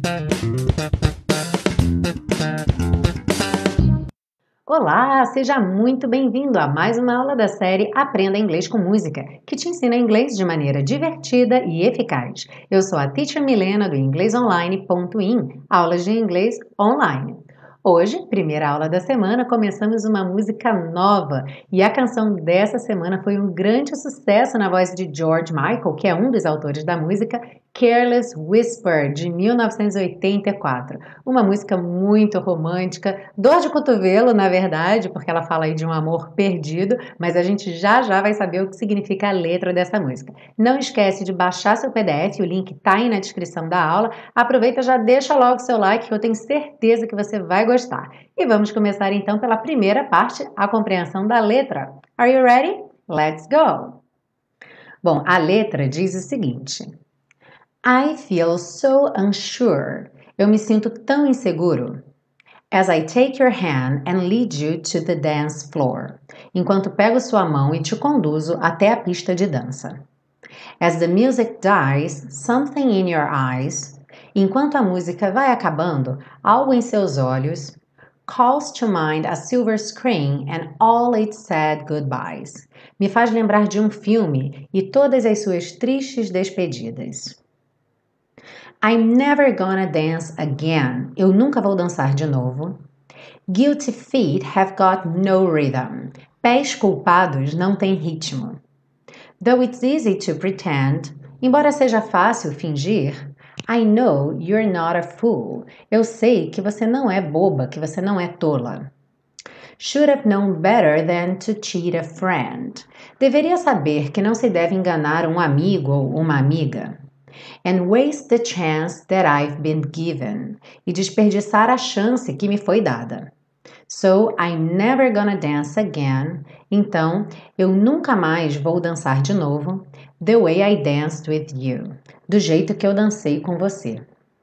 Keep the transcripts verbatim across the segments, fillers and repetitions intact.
Olá, seja muito bem-vindo a mais uma aula da série Aprenda Inglês com Música, que te ensina inglês de maneira divertida e eficaz. Eu sou a Teacher Milena do inglês online ponto in, aulas de inglês online. Hoje, primeira aula da semana, começamos uma música nova e a canção dessa semana foi um grande sucesso na voz de George Michael, que é um dos autores da música Careless Whisper, de mil novecentos e oitenta e quatro. Uma música muito romântica, dor de cotovelo, na verdade, porque ela fala aí de um amor perdido, mas a gente já já vai saber o que significa a letra dessa música. Não esquece de baixar seu P D F, o link tá aí na descrição da aula. Aproveita e já deixa logo seu like, que eu tenho certeza que você vai gostar. E vamos começar então pela primeira parte, a compreensão da letra. Are you ready? Let's go! Bom, a letra diz o seguinte: I feel so unsure. Eu me sinto tão inseguro. As I take your hand and lead you to the dance floor. Enquanto pego sua mão e te conduzo até a pista de dança. As the music dies, something in your eyes. Enquanto a música vai acabando, algo em seus olhos calls to mind a silver screen and all its sad goodbyes. Me faz lembrar de um filme e todas as suas tristes despedidas. I'm never gonna dance again. Eu nunca vou dançar de novo. Guilty feet have got no rhythm. Pés culpados não têm ritmo. Though it's easy to pretend, embora seja fácil fingir, I know you're not a fool. Eu sei que você não é boba, que você não é tola. Should have known better than to cheat a friend. Deveria saber que não se deve enganar um amigo ou uma amiga. And waste the chance that I've been given. E desperdiçar a chance que me foi dada. So I'm never gonna dance again. Então, eu nunca mais vou dançar de novo. The way I danced with you. Do jeito que eu dancei com você.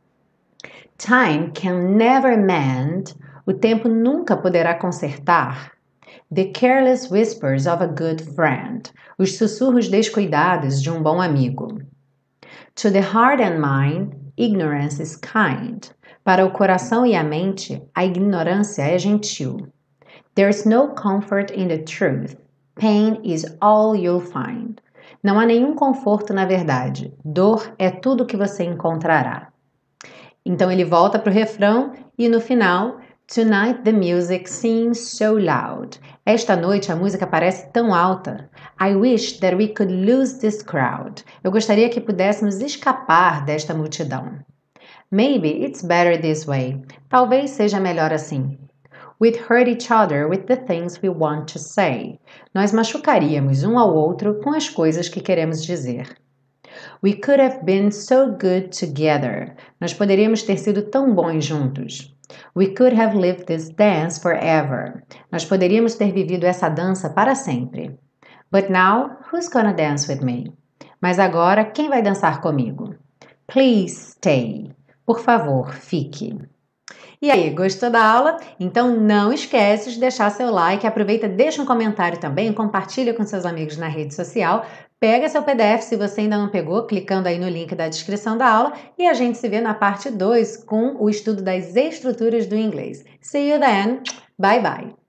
Time can never mend. O tempo nunca poderá consertar. The careless whispers of a good friend. Os sussurros descuidados de um bom amigo. To the heart and mind, ignorance is kind. Para o coração e a mente, a ignorância é gentil. There's no comfort in the truth. Pain is all you'll find. Não há nenhum conforto na verdade. Dor é tudo que você encontrará. Então ele volta para o refrão e no final, Tonight the music seems so loud. Esta noite a música parece tão alta. I wish that we could lose this crowd. Eu gostaria que pudéssemos escapar desta multidão. Maybe it's better this way. Talvez seja melhor assim. We'd hurt each other with the things we want to say. Nós machucaríamos um ao outro com as coisas que queremos dizer. We could have been so good together. Nós poderíamos ter sido tão bons juntos. We could have lived this dance forever. Nós poderíamos ter vivido essa dança para sempre. But now, who's gonna dance with me? Mas agora, quem vai dançar comigo? Please stay. Por favor, fique. E aí, gostou da aula? Então não esquece de deixar seu like, aproveita, deixa um comentário também, compartilha com seus amigos na rede social, pega seu P D F se você ainda não pegou, clicando aí no link da descrição da aula e a gente se vê na parte dois com o estudo das estruturas do inglês. See you then! Bye bye!